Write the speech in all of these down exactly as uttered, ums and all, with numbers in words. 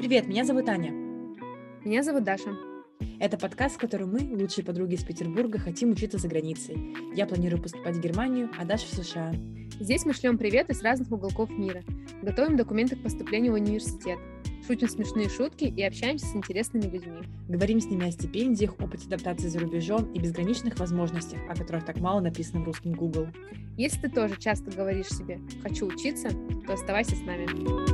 Привет, меня зовут Аня. Меня зовут Даша. Это подкаст, в котором мы, лучшие подруги из Петербурга, хотим учиться за границей. Я планирую поступать в Германию, а Даша в США. Здесь мы шлем приветы с разных уголков мира, готовим документы к поступлению в университет, шутим смешные шутки и общаемся с интересными людьми. Говорим с ними о стипендиях, опыте адаптации за рубежом и безграничных возможностях, о которых так мало написано в русском Google. Если ты тоже часто говоришь себе «хочу учиться», то оставайся с нами.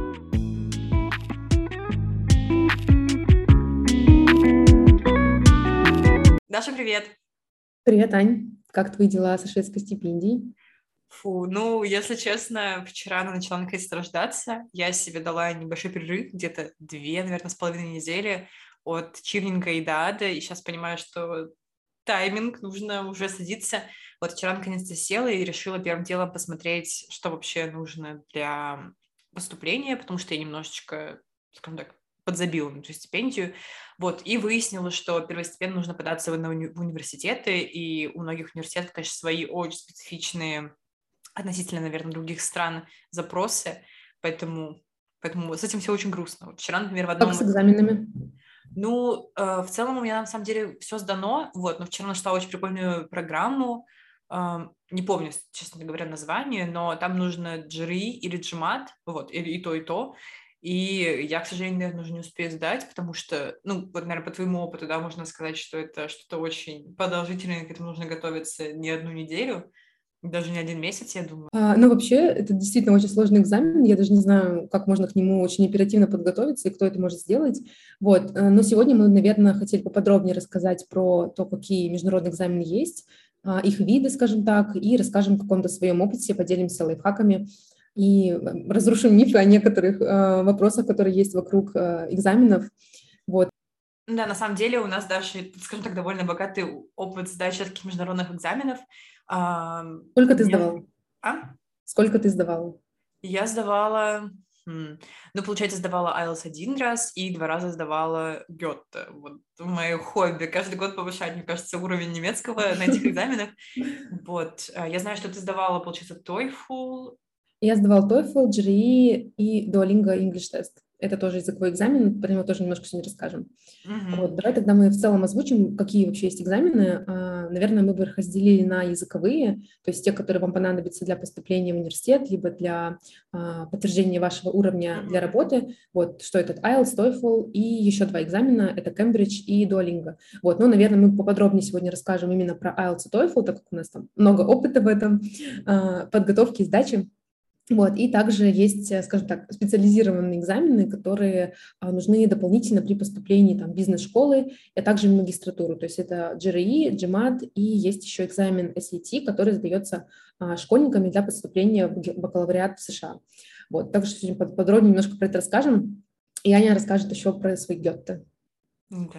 Даша, привет! Привет, Ань. Как твои дела со шведской стипендией? Фу, ну, если честно, вчера она начала наконец-то рождаться. Я себе дала небольшой перерыв, где-то две, наверное, с половиной недели от чирнинга и до ада, и сейчас понимаю, что тайминг, нужно уже садиться. Вот вчера наконец-то села и решила первым делом посмотреть, что вообще нужно для поступления, потому что я немножечко, скажем так, подзабила на эту стипендию, вот, и выяснила, что первостепенно нужно податься в, уни- в университеты, и у многих университетов, конечно, свои очень специфичные, относительно, наверное, других стран запросы, поэтому, поэтому с этим все очень грустно. Вот вчера, например, в одном... Как с экзаменами? Ну, э, в целом у меня, на самом деле, все сдано, вот, но вчера нашла очень прикольную программу, э, не помню, честно говоря, название, но там нужно джи ар и или джи мат, вот, или и то, и то, и я, к сожалению, наверное, уже не успею сдать, потому что, ну, вот, наверное, по твоему опыту, да, можно сказать, что это что-то очень продолжительное, к этому нужно готовиться не одну неделю, даже не один месяц, я думаю. А, ну, вообще, это действительно очень сложный экзамен. Я даже не знаю, как можно к нему очень оперативно подготовиться и кто это может сделать. Вот. э, Но сегодня мы, наверное, хотели поподробнее рассказать про то, какие международные экзамены есть, а, их виды, скажем так, и расскажем о каком-то своем опыте, поделимся лайфхаками и э, разрушим мифы о некоторых э, вопросах, которые есть вокруг э, экзаменов. Вот. Да, на самом деле у нас даже, скажем так, довольно богатый опыт сдачи таких международных экзаменов. Ам, Сколько ты я- сдавала? А? Сколько ты сдавала? Я сдавала, м, ну, получается, сдавала айлтс один раз и два раза сдавала Гетте. Вот мое хобби. Каждый год повышать, мне кажется, уровень немецкого на этих экзаменах. Вот. А Я знаю, что ты сдавала, получается, TOEFL. Я сдавала TOEFL, джи ар и и Duolingo English Test. Это тоже языковой экзамен, про него тоже немножко сегодня расскажем. Мгм. Вот, давай тогда мы в целом озвучим, какие вообще есть экзамены. А, Наверное, мы бы их разделили на языковые, то есть те, которые вам понадобятся для поступления в университет, либо для а, подтверждения вашего уровня для Мгм. работы. Вот, что это айлтс, TOEFL и еще два экзамена, это Cambridge и Duolingo. Вот, ну, наверное, мы поподробнее сегодня расскажем именно про айлтс и TOEFL, так как у нас там много опыта в этом, а, подготовки и сдачи. Вот, и также есть, э, скажем так, специализированные экзамены, которые а, нужны дополнительно при поступлении там, в бизнес-школы, а также в магистратуру. То есть это джи ар и, джи мат и есть еще экзамен эс эй ти, который сдается а, школьниками для поступления в ге- бакалавриат в США. Вот, также сегодня под- подробнее немножко про это расскажем. И Аня расскажет еще про свои гетты. Да.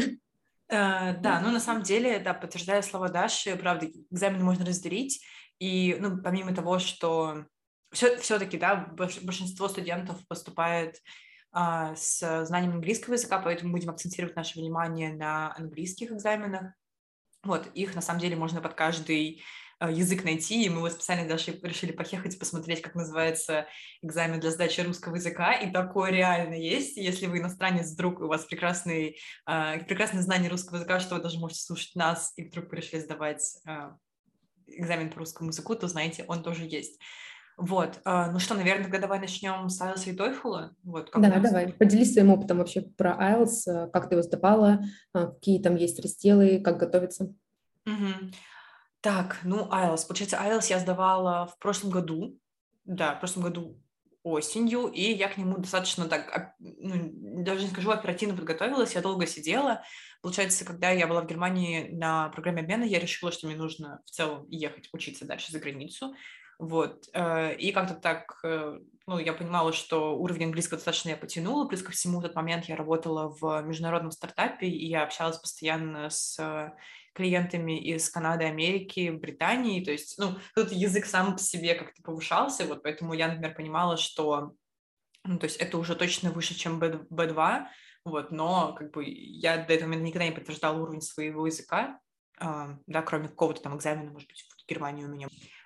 Э, Да, ну на самом деле, да, подтверждая слова Даши, правда, экзамены можно разделить, и, ну, помимо того, что все, все-таки, да, больш- большинство студентов поступает а, с знанием английского языка, поэтому будем акцентировать наше внимание на английских экзаменах. Вот, их на самом деле можно под каждый э, язык найти, и мы вот специально даже решили поехать и посмотреть, как называется экзамен для сдачи русского языка, и такое реально есть. Если вы иностранец, вдруг у вас прекрасный, э, прекрасное знание русского языка, что вы даже можете слушать нас, и вдруг вы решили сдавать э, экзамен по русскому языку, то знаете, он тоже есть. Вот, э, ну что, наверное, тогда давай начнем с айлтс и TOEFL. Вот, как у Да, нас. давай, поделись своим опытом вообще про айлтс, э, как ты его сдавала, а, какие там есть разделы, как готовиться. Мгм. Так, ну, айлтс. Получается, айлтс я сдавала в прошлом году. Да, в прошлом году осенью, и я к нему достаточно так, оп- ну, даже не скажу, оперативно подготовилась, я долго сидела. Получается, когда я была в Германии на программе обмена, я решила, что мне нужно в целом ехать учиться дальше за границу. Вот. э, И как-то так, э, ну, я понимала, что уровень английского достаточно я потянула. Плюс ко всему, в тот момент я работала в международном стартапе, и я общалась постоянно с э, клиентами из Канады, Америки, Британии, то есть, ну, тут язык сам по себе как-то повышался, вот поэтому я, например, понимала, что, ну, то есть это уже точно выше, чем би два, вот, но как бы я до этого момента никогда не подтверждала уровень своего языка, а, да, кроме какого-то там экзамена, может быть, в Германии у меня.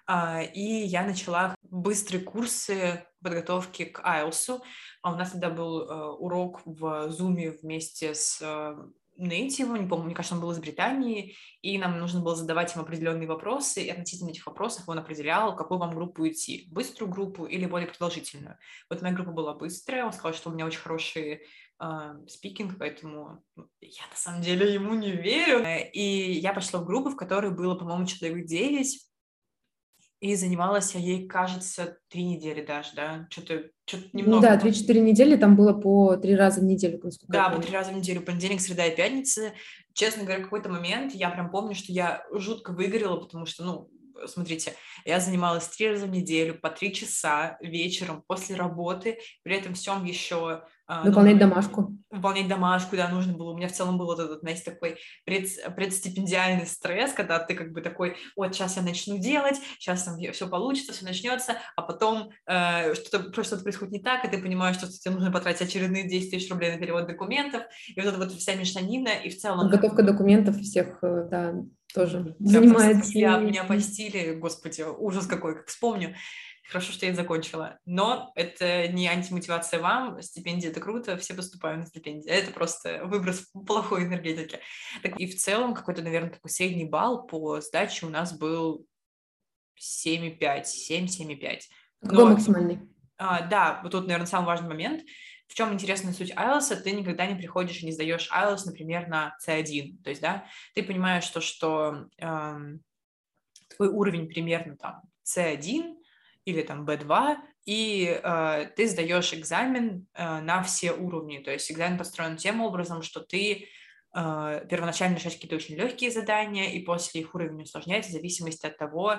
а, и я начала быстрые курсы подготовки к айлтсу. А у нас тогда был э, урок в Zoom вместе с э, нейтивом, не помню, мне кажется, он был из Британии, и нам нужно было задавать им определенные вопросы, и относительно этих вопросов он определял, в какую вам группу идти, быструю группу или более продолжительную. Вот моя группа была быстрая, он сказал, что у меня очень хороший спикинг, uh, поэтому я на самом деле ему не верю. И я пошла в группу, в которой было, по-моему, человек девять, и занималась я ей, кажется, три недели даже, да, что-то, что-то немного. Ну да, три-четыре недели, там было по три раза в неделю. Да, по три раза в неделю, понедельник, среда и пятница. Честно говоря, в какой-то момент я прям помню, что я жутко выгорела, потому что, ну, смотрите, я занималась три раза в неделю, по три часа вечером после работы, при этом всем еще... Выполнять ну, домашку. Выполнять домашку, да, нужно было. У меня в целом был вот этот, знаете, такой пред, предстипендиальный стресс, когда ты как бы такой, вот сейчас я начну делать, сейчас там все получится, все начнется, а потом э, что-то, просто что-то происходит не так, и ты понимаешь, что тебе нужно потратить очередные десять тысяч рублей на перевод документов, и вот эта вот вся мешанина, и в целом... Подготовка документов всех, да, тоже да, занимает. Я, меня постили, господи, ужас какой, как вспомню. Хорошо, что я закончила. Но это не антимотивация вам. Стипендия — это круто, все поступают на стипендию. Это просто выброс плохой энергетики. Так, и в целом какой-то, наверное, такой средний балл по сдаче у нас был семь и пять, семь, семь и пять. Какой максимальный? А, да, вот тут, наверное, самый важный момент. В чем интересная суть айлтса? Ты никогда не приходишь и не сдаешь айлтс, например, на си один. То есть, да, ты понимаешь, что, что эм, твой уровень примерно там си один, или там би два, и э, ты сдаешь экзамен э, на все уровни. То есть экзамен построен тем образом, что ты э, первоначально решаешь какие-то очень легкие задания, и после их уровень усложняется в зависимости от того,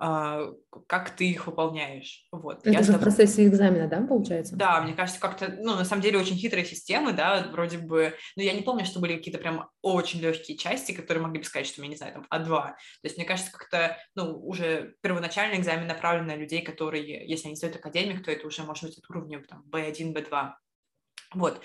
э, как ты их выполняешь. Вот. Это Я уже сдав... в процессе экзамена, да, получается? Да, мне кажется, как-то, ну, на самом деле, очень хитрые системы, да, вроде бы, но я не помню, что были какие-то прям очень легкие части, которые могли бы сказать, что, я не знаю, там, а два. То есть, мне кажется, как-то, ну, уже первоначальный экзамен направлен на людей, которые, если они сдают академик, то это уже может быть от уровня, там, би один, би два. Вот.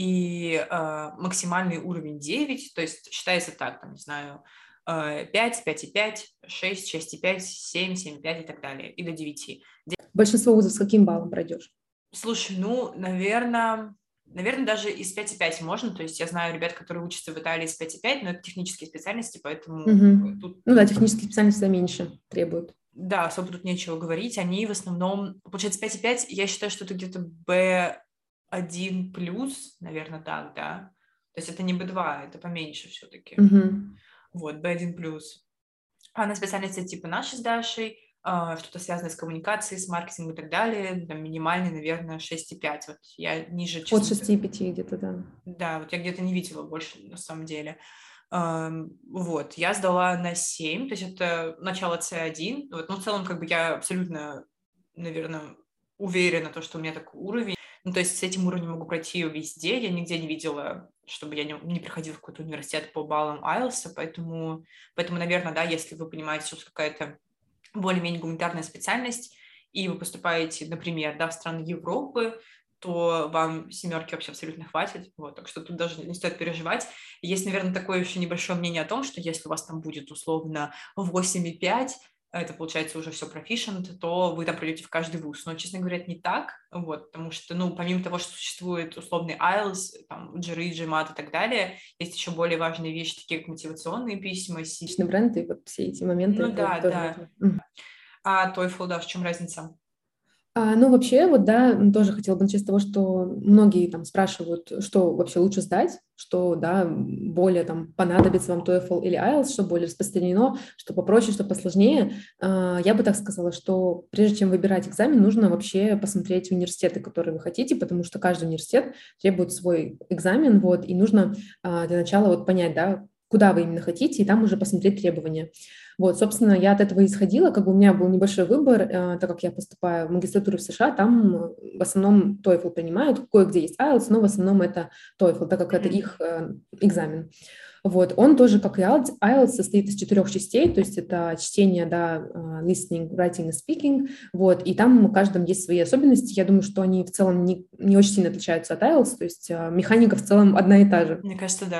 И э, максимальный уровень девять, то есть, считается так, там, не знаю, пять, пять и пять, шесть, шесть и пять, семь, семь и пять и так далее, и до девяти. Большинство вузов с каким баллом пройдешь? Слушай, ну, наверное, наверное, даже из пять и пять можно. То есть я знаю ребят, которые учатся в Италии с пять и пять, но это технические специальности, поэтому... Угу. Тут... Ну да, технические специальности меньше требуют. Да, особо тут нечего говорить. Они в основном... Получается, пять и пять, я считаю, что это где-то би один плюс, наверное, так, да? То есть это не би два, это поменьше все-таки. Угу. Вот, би один плюс. А на специальности типа нашей с Дашей, что-то связанное с коммуникацией, с маркетингом и так далее, там минимальный, наверное, шесть и пять. Вот я ниже... От шести и пяти где-то, да. Да, вот я где-то не видела больше, на самом деле. Вот, я сдала на семь, то есть это начало си один. Вот, но в целом, как бы я абсолютно, наверное, уверена, то, что у меня такой уровень. Ну, то есть с этим уровнем могу пройти везде. Я нигде не видела, чтобы я не, не приходила в какой-то университет по баллам айлтса, поэтому, поэтому, наверное, да, если вы понимаете, что какая-то более-менее гуманитарная специальность, и вы поступаете, например, да, в страны Европы, то вам семерки вообще абсолютно хватит. Вот, так что тут даже не стоит переживать. Есть, наверное, такое еще небольшое мнение о том, что если у вас там будет условно восемь и пять, это получается уже все proficient, то вы там пройдете в каждый вуз. Но, честно говоря, это не так, вот, потому что, ну, помимо того, что существует условный айлтс, там, джи ар и, джи мат и так далее, есть еще более важные вещи, такие как мотивационные письма. Личный бренд и вот все эти моменты. Ну да, да. Важно. А TOEFL, да, в чем разница? А, ну, вообще, вот, да, тоже хотела бы начать с того, что многие там спрашивают, что вообще лучше сдать, что, да, более там понадобится вам TOEFL или айлтс, что более распространено, что попроще, что посложнее. А, я бы так сказала, что прежде чем выбирать экзамен, нужно вообще посмотреть университеты, которые вы хотите, потому что каждый университет требует свой экзамен, вот, и нужно а, для начала вот понять, да, куда вы именно хотите, и там уже посмотреть требования. Вот, собственно, я от этого исходила, как бы у меня был небольшой выбор, э, так как я поступаю в магистратуру в США, там в основном TOEFL принимают, кое-где есть айлтс, но в основном это TOEFL, так как mm-hmm. это их э, экзамен. Вот, он тоже, как и айлтс, состоит из четырех частей, то есть это чтение, да, listening, writing и speaking, вот, и там в каждом есть свои особенности. Я думаю, что они в целом не, не очень сильно отличаются от айлтс, то есть э, механика в целом одна и та же. Мне кажется, да.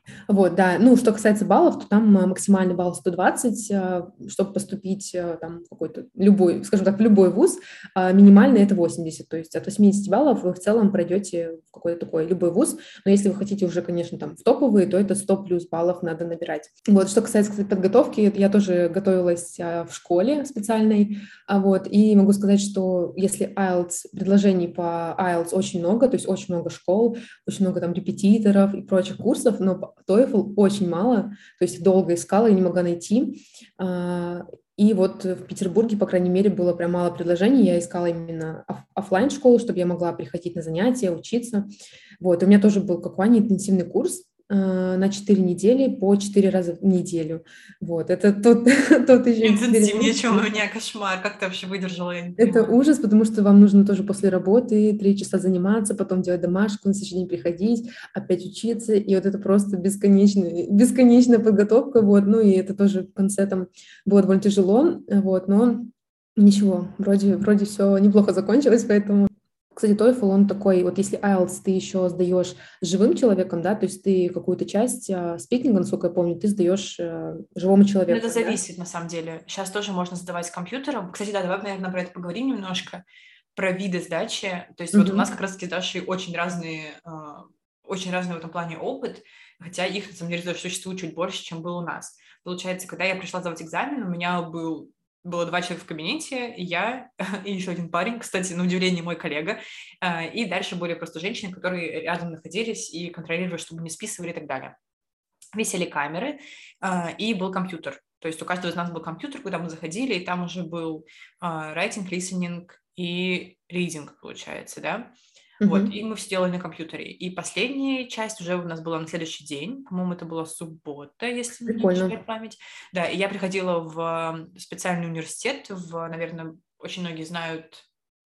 Вот, да. Ну, что касается баллов, то там а, максимальный балл сто двадцать, а, чтобы поступить а, там в какой-то любой, скажем так, в любой вуз, а минимальный это восемьдесят, то есть от восьмидесяти баллов вы в целом пройдете в какой-то такой любой вуз, но если вы хотите уже, конечно, там в топовые, то это сто плюс баллов надо набирать. Вот, что касается, кстати, подготовки, я тоже готовилась а, в школе специальной, а вот, и могу сказать, что если айлтс, предложений по айлтс очень много, то есть очень много школ, очень много там репетиторов и прочих курсов, но TOEFL очень мало, то есть долго искала и не могла найти. А, И вот в Петербурге, по крайней мере, было прям мало предложений. Я искала именно оф- оффлайн школу, чтобы я могла приходить на занятия, учиться. Вот, у меня тоже был, как у Ани, интенсивный курс э, на четыре недели по четыре раза в неделю. Вот, это тот, тот еще Интенсивнее, эксперимент. чем у меня, кошмар. Как ты вообще выдержала, я не Это понимаю. ужас, потому что вам нужно тоже после работы три часа заниматься, потом делать домашку, на следующий день приходить, опять учиться, и вот это просто бесконечная, бесконечная подготовка, вот, ну и это тоже в конце там было довольно тяжело, вот, но ничего, вроде, вроде все неплохо закончилось, поэтому, кстати, TOEFL, он такой, вот если айлтс ты еще сдаешь с живым человеком, да, то есть ты какую-то часть а, спикинга, насколько я помню, ты сдаешь а, живому Ну, человеку, это да? зависит, на самом деле. Сейчас тоже можно сдавать с компьютером. Кстати, да, давай, наверное, про это поговорим немножко, про виды сдачи. То есть вот у нас Мгм. как раз-таки с Дашей очень разные, а, очень разный в этом плане опыт, хотя их, на самом деле, тоже существует чуть больше, чем было у нас. Получается, когда я пришла сдавать экзамен, у меня был, было два человека в кабинете, и я, и еще один парень, кстати, на удивление, мой коллега, а, и дальше были просто женщины, которые рядом находились и контролировали, чтобы не списывали и так далее. Висели камеры, а, и был компьютер. То есть у каждого из нас был компьютер, куда мы заходили, и там уже был а, writing, listening и reading, получается, да. Вот, и Мгм. мы все делали на компьютере. И последняя часть уже у нас была на следующий день. По-моему, это была суббота, если мне не Прикольно. изменяет память. Да, и я приходила в а, специальный университет, в, наверное, очень многие знают,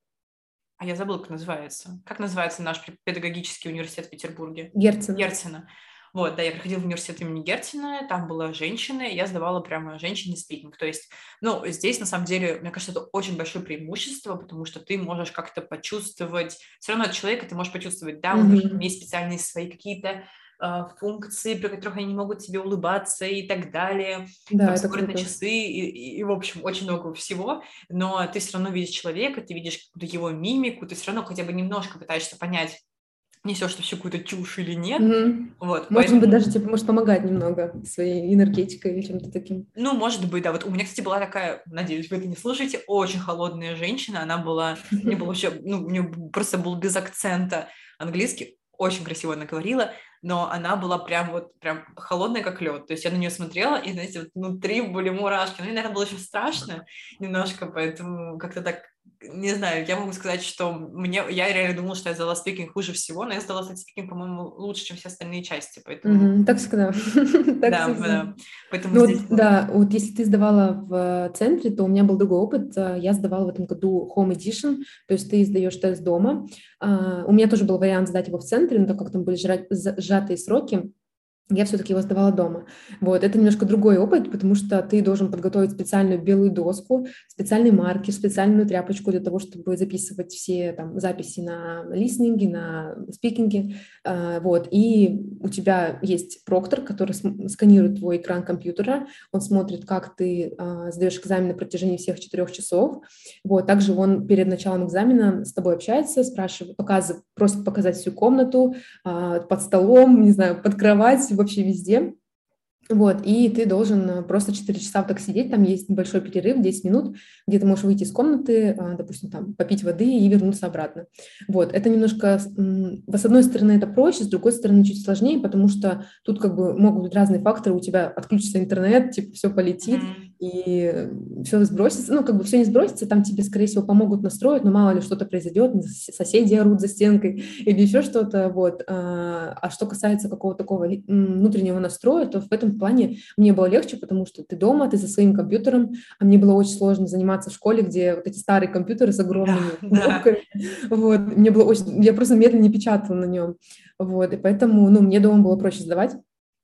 а я забыла, как называется. Как называется наш пе- педагогический университет в Петербурге? Герцена. Герцена. Вот, да, я приходила в университет имени Герцена, там была женщина, и я сдавала прямо женщине спикинг. То есть, ну, здесь, на самом деле, мне кажется, это очень большое преимущество, потому что ты можешь как-то почувствовать, все равно от человека ты можешь почувствовать, да, у них там Мгм. есть специальные свои какие-то э, функции, при которых они не могут тебе улыбаться и так далее, Да, там это смотрят на круто. часы и, и- и, в общем, очень много всего, но ты все равно видишь человека, ты видишь какую-то его мимику, ты все равно хотя бы немножко пытаешься понять, несешь ты всю какую-то чушь или нет. Мгм. Вот, Может быть, поэтому, даже тебе может помогать немного своей энергетикой или чем-то таким. ну, может быть, да. Вот у меня, кстати, была такая, надеюсь, вы это не слушаете, очень холодная женщина. Она была, у нее был вообще, ну, у нее просто был без акцента английский, очень красиво она говорила, но она была прям вот, прям холодная, как лед. То есть я на нее смотрела, и, знаете, вот внутри были мурашки. Ну, мне, наверное, было очень страшно немножко, поэтому как-то так, не знаю, я могу сказать, что мне, я реально думала, что я сдала спикинг хуже всего, но я сдала, кстати, спикинг, по-моему, лучше, чем все остальные части, поэтому, Мгм. Так всегда. Так да, всегда. да. Поэтому Ну здесь вот, вот. да, вот если ты сдавала в центре, то у меня был другой опыт. А, Я сдавала в этом году Home Edition, то есть ты сдаешь тест дома. А, У меня тоже был вариант сдать его в центре, но так как там были сжа- за- сжатые сроки, я все-таки его сдавала дома. Вот, это немножко другой опыт, потому что ты должен подготовить специальную белую доску, специальный маркер, специальную тряпочку для того, чтобы записывать все там записи на листнинге, на спикинге. А, Вот, и у тебя есть проктор, который см- сканирует твой экран компьютера, он смотрит, как ты а, сдаешь экзамен на протяжении всех четырех часов. Вот, также он перед началом экзамена с тобой общается, спрашивает, показывает, просит показать всю комнату, а, под столом, не знаю, под кровать, вообще везде. Вот, и ты должен э, просто четыре часа вот так сидеть, там есть небольшой перерыв, десять минут, где ты можешь выйти из комнаты, а, допустим, там, попить воды и вернуться обратно. Вот, это немножко, м, с одной стороны, это проще, с другой стороны, чуть сложнее, потому что тут как бы могут быть разные факторы, у тебя отключится интернет, типа, все полетит, Мгм. и все сбросится, ну, как бы все не сбросится, там тебе, скорее всего, помогут настроить, но мало ли что-то произойдет, с- соседи орут за стенкой или еще что-то, вот. А а что касается какого-то такого ли- м, внутреннего настроя, то в этом плане мне было легче, потому что ты дома, ты за своим компьютером, а мне было очень сложно заниматься в школе, где вот эти старые компьютеры с Да, огромными да. кнопками, вот, мне было очень, я просто медленно печатала на нем, вот, и поэтому, ну, мне дома было проще сдавать.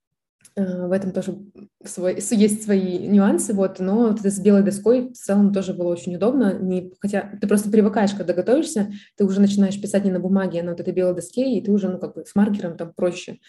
Э, В этом тоже свой- с- есть свои нюансы, вот, но вот это с белой доской в целом тоже было очень удобно. Не, хотя ты просто привыкаешь, когда готовишься, ты уже начинаешь писать не на бумаге, а на вот этой белой доске, и ты уже, ну, как бы с маркером там проще.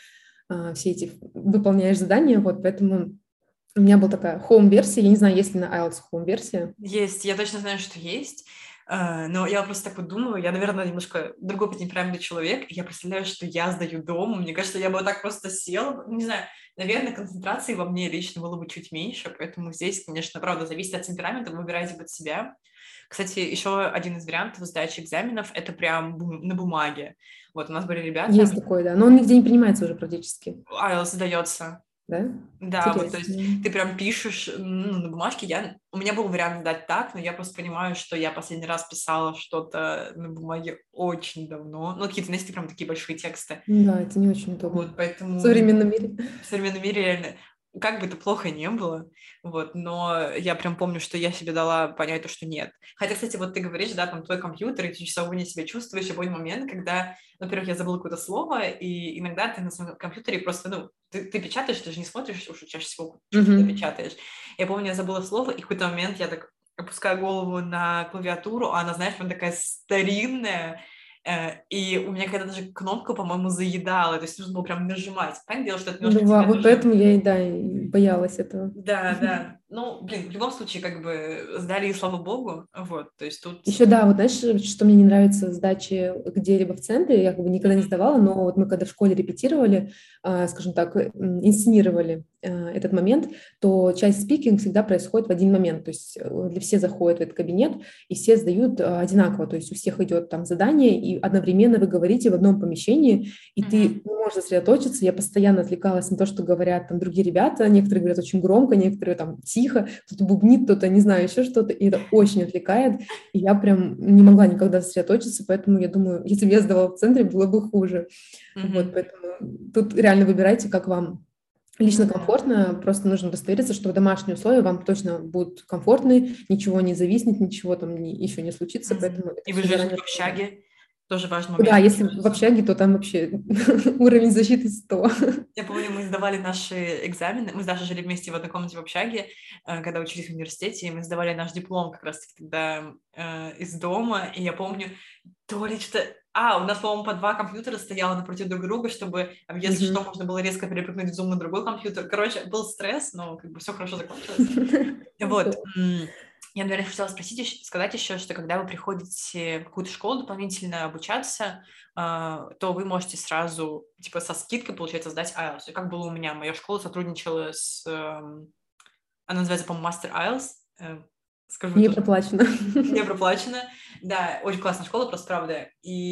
а, все эти выполняешь задания, вот, поэтому у меня была такая home-версия, я не знаю, есть ли на айлтс home-версия. Есть, я точно знаю, что есть, э, но я просто так вот думаю, я, наверное, немножко другой по темпераменту человек, и я представляю, что я сдаю дома, мне кажется, я бы вот так просто села, не знаю, наверное, концентрации во мне лично было бы чуть меньше, поэтому здесь, конечно, правда, зависит от темперамента, вы выбираете под себя. Кстати, еще один из вариантов сдачи экзаменов — это прям бум- на бумаге. Вот у нас были ребята, Есть такое, да, но он нигде не принимается уже практически, айлтс сдается. да? Да, вот, то есть Интересно. ты прям пишешь ну, на бумажке. Я, у меня был вариант сдать так, но я просто понимаю, что я последний раз писала что-то на бумаге очень давно. Ну, какие-то, знаете, прям такие большие тексты. Да, это не очень удобно. Вот, поэтому В современном мире. в современном мире реально, как бы это плохо не было, вот, но я прям помню, что я себе дала понять то, что нет. Хотя, кстати, вот ты говоришь, да, там твой компьютер, и ты часовой себя чувствуешь в любой момент, когда, во-первых, я забыла какое-то слово, и иногда ты на своем компьютере просто, ну, ты, ты печатаешь, ты же не смотришь, уж чаще всего, что Мгм. ты печатаешь. Я помню, я забыла слово, и в какой-то момент я так опускаю голову на клавиатуру, а она, знаешь, прям такая старинная, э, и у меня когда даже кнопка, по-моему, заедала, то есть нужно было прям нажимать. Понятное дело, что это немножко Да, тебя вот тоже... поэтому я и, да, и боялась этого. Да, да. Ну, блин, в любом случае, как бы сдали, и слава богу, вот, то есть тут... Еще, да, вот знаешь, что мне не нравится сдачи где-либо в центре, я как бы никогда не сдавала, но вот мы когда в школе репетировали, а, скажем так, м, инсценировали а, этот момент, то часть спикинг всегда происходит в один момент, то есть э, для все заходят в этот кабинет, и все сдают а, одинаково, то есть у всех идет там задание, и одновременно вы говорите в одном помещении, и ты Мгм. не можешь сосредоточиться, я постоянно отвлекалась на то, что говорят там другие ребята, некоторые говорят очень громко, некоторые там тихо, кто-то бубнит, кто-то, не знаю, еще что-то, и это очень отвлекает, и я прям не могла никогда сосредоточиться, поэтому я думаю, если бы я сдавала в центре, было бы хуже. Мгм. Вот, поэтому тут реально выбирайте, как вам лично Ну да. комфортно, просто нужно удостовериться, что в домашние условия вам точно будут комфортны, ничего не зависнет, ничего там не, еще не случится, Мгм. поэтому это И вы все живете заранее в обсуждаем. общаге, тоже важный Да, момент, мне если в кажется. общаге, то там вообще уровень защиты сто. Я помню, мы сдавали наши экзамены, мы даже жили вместе в одной комнате в общаге, э, когда учились в университете, и мы сдавали наш диплом как раз-таки тогда э, из дома, и я помню, то ли что... А, у нас, по-моему, по два компьютера стояло напротив друг друга, чтобы, а, если что, Мгм. можно было резко перепрыгнуть в Zoom на другой компьютер. Короче, был стресс, но как бы все хорошо закончилось. Вот. м, Я, наверное, хотела спросить, ещё- сказать еще, что когда вы приходите в какую-то школу дополнительно обучаться, а, то вы можете сразу, типа, со скидкой, получается, сдать айлтс. И как было у меня, моя школа сотрудничала с... эм, Она называется, по-моему, Master айлтс. э, Скажу Не это проплачено. не проплачено. Да, очень классная школа, просто правда.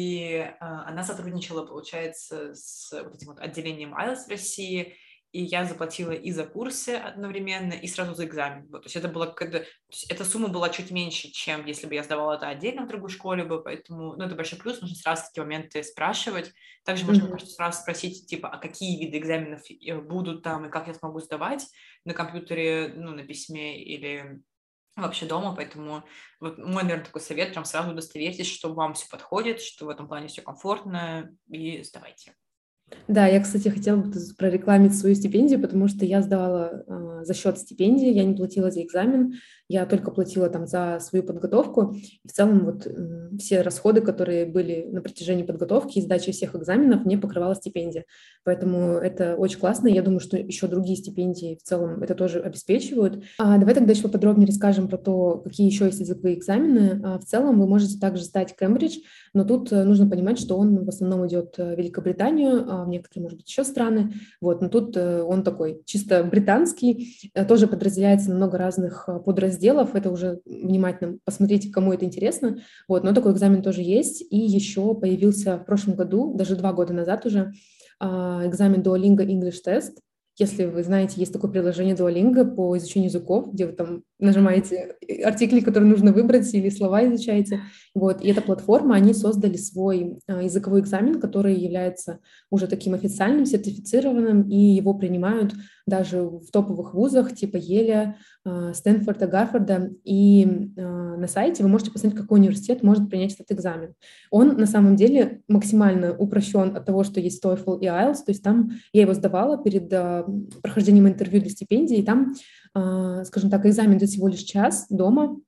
И а, она сотрудничала, получается, с вот этим вот отделением айлтс в России, и я заплатила и за курсы одновременно, и сразу за экзамен. Вот, то есть это было, когда... то есть эта сумма была чуть меньше, чем если бы я сдавала это отдельно в другой школе бы, поэтому, ну, это большой плюс, нужно сразу такие моменты спрашивать. Также можно, мне Мгм. кажется, сразу спросить, типа, а какие виды экзаменов э, будут там, и как я смогу сдавать на компьютере, ну, на письме или вообще дома, поэтому вот мой, наверное, такой совет, прям сразу удостоверьтесь, что вам все подходит, что в этом плане все комфортно, и сдавайте. Да, я, кстати, хотела бы тут прорекламить свою стипендию, потому что я сдавала а, за счет стипендии, я не платила за экзамен, я только платила там за свою подготовку. И в целом вот м, все расходы, которые были на протяжении подготовки и сдачи всех экзаменов, мне покрывала стипендия. Поэтому это очень классно. Я думаю, что еще другие стипендии в целом это тоже обеспечивают. А давай тогда еще поподробнее расскажем про то, какие еще есть языковые экзамены. А в целом вы можете также сдать Кембридж, но тут э, нужно понимать, что он в основном идет в Великобританию, а в некоторые, может быть, еще страны. Вот, но тут э, он такой чисто британский, э, тоже подразделяется на много разных э, подразделов. Это уже внимательно посмотрите, кому это интересно. Вот, но такой экзамен тоже есть. И еще появился в прошлом году, даже два года назад уже, а, экзамен Duolingo English Test. Если вы знаете, есть такое приложение Duolingo по изучению языков, где вы там нажимаете артикли, которые нужно выбрать, или слова изучаете. Вот. И эта платформа, они создали свой а, языковой экзамен, который является уже таким официальным, сертифицированным, и его принимают даже в топовых вузах типа Еля, а, Стэнфорда, Гарварда. И а, на сайте вы можете посмотреть, какой университет может принять этот экзамен. Он на самом деле максимально упрощен от того, что есть TOEFL и айлтс, то есть там я его сдавала перед а, прохождением интервью для стипендии, и там, а, скажем так, экзамен идет всего лишь час дома,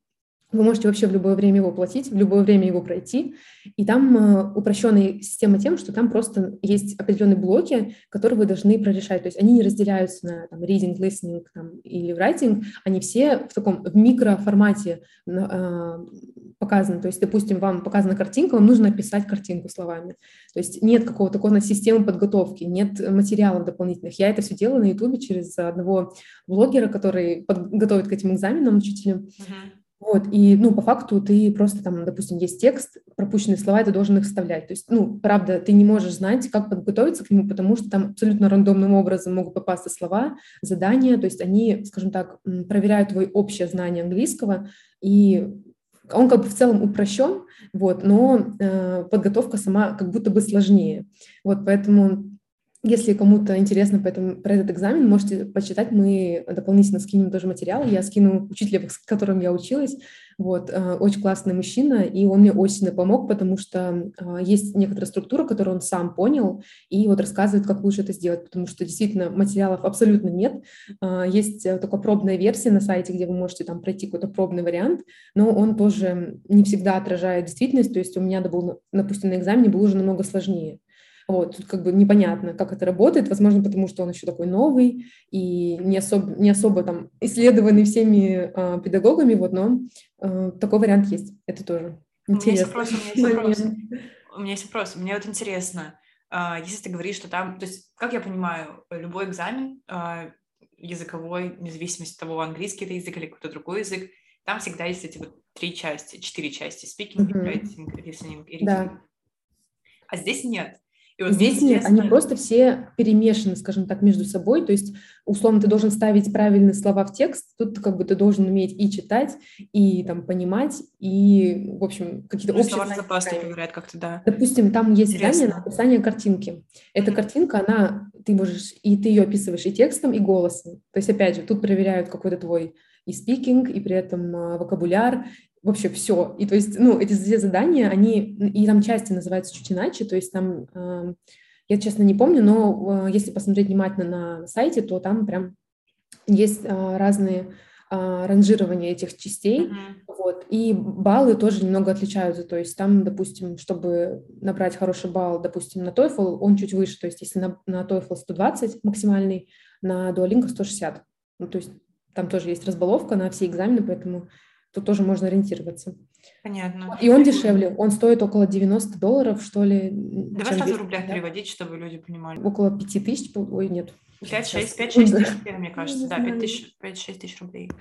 Вы можете вообще в любое время его платить, в любое время его пройти. И там э, упрощенная система тем, что там просто есть определенные блоки, которые вы должны прорешать. То есть они не разделяются на там, reading, listening там, или writing. Они все в таком в микроформате э, показаны. То есть, допустим, вам показана картинка, вам нужно описать картинку словами. То есть нет какого-то такой системы подготовки, нет материалов дополнительных. Я это все делала на Ютубе через одного блогера, который готовит к этим экзаменам учителем. Мгм. Вот, и, ну, по факту ты просто там, допустим, есть текст, пропущенные слова, и ты должен их вставлять. То есть, ну, правда, ты не можешь знать, как подготовиться к нему, потому что там абсолютно рандомным образом могут попасться слова, задания, то есть они, скажем так, м, проверяют твое общее знание английского, и он как бы в целом упрощен, вот, но э, подготовка сама как будто бы сложнее. Вот, поэтому... Если кому-то интересно поэтому, про этот экзамен, можете почитать, мы дополнительно скинем тоже материал. Я скину учителя, с которым я училась. Вот, э, очень классный мужчина, и он мне очень сильно помог, потому что э, есть некоторая структура, которую он сам понял, и вот рассказывает, как лучше это сделать, потому что действительно материалов абсолютно нет. Э, есть только пробная версия на сайте, где вы можете там пройти какой-то пробный вариант, но он тоже не всегда отражает действительность, то есть у меня, допустим, на экзамене был уже намного сложнее. Вот, тут как бы непонятно, как это работает, возможно, потому что он еще такой новый и не особо, не особо там исследованный всеми э, педагогами, вот, но э, такой вариант есть, это тоже У меня есть интересно. вопрос, у меня есть вопрос. У меня есть вопрос, мне вот интересно, а, если ты говоришь, что там, то есть, как я понимаю, любой экзамен а, языковой, вне зависимости от того, английский это язык или какой-то другой язык, там всегда есть эти вот три части, четыре части, speaking, Мгм. writing, listening и reading. Да. А здесь нет. И вот мне Здесь нет, они интересно, просто все перемешаны, скажем так, между собой, то есть, условно, ты должен ставить правильные слова в текст, тут как бы ты должен уметь и читать, и там понимать, и, в общем, какие-то ну, и общие словарный знания запас ставить. проверяет как-то, да. Допустим, там есть задание на Интересно. описание картинки. Эта Мгм. картинка, она, ты можешь, и ты ее описываешь и текстом, и голосом. То есть, опять же, тут проверяют какой-то твой и speaking, и при этом а, вокабуляр, вообще все. И то есть, ну, эти все задания, они, и там части называются чуть иначе, то есть там, а, я честно не помню, но а, если посмотреть внимательно на сайте, то там прям есть а, разные а, ранжирования этих частей, Мгм. вот, и баллы тоже немного отличаются, то есть там, допустим, чтобы набрать хороший балл, допустим, на TOEFL, он чуть выше, то есть если на, на TOEFL сто двадцать максимальный, на Duolingo сто шестьдесят, ну, то есть там тоже есть разбаловка на все экзамены, поэтому тут тоже можно ориентироваться. Понятно. И он дешевле, он стоит около девяносто долларов, что ли, Давай чем сразу в двести рублях пятьдесят. переводить, чтобы люди понимали. Около пяти тысяч, ой, нет. пять, Сейчас, шесть, пять, шесть секунду. тысяч рублей, мне кажется. Не Да, пять знаю. тысяч, пять-шесть тысяч рублей.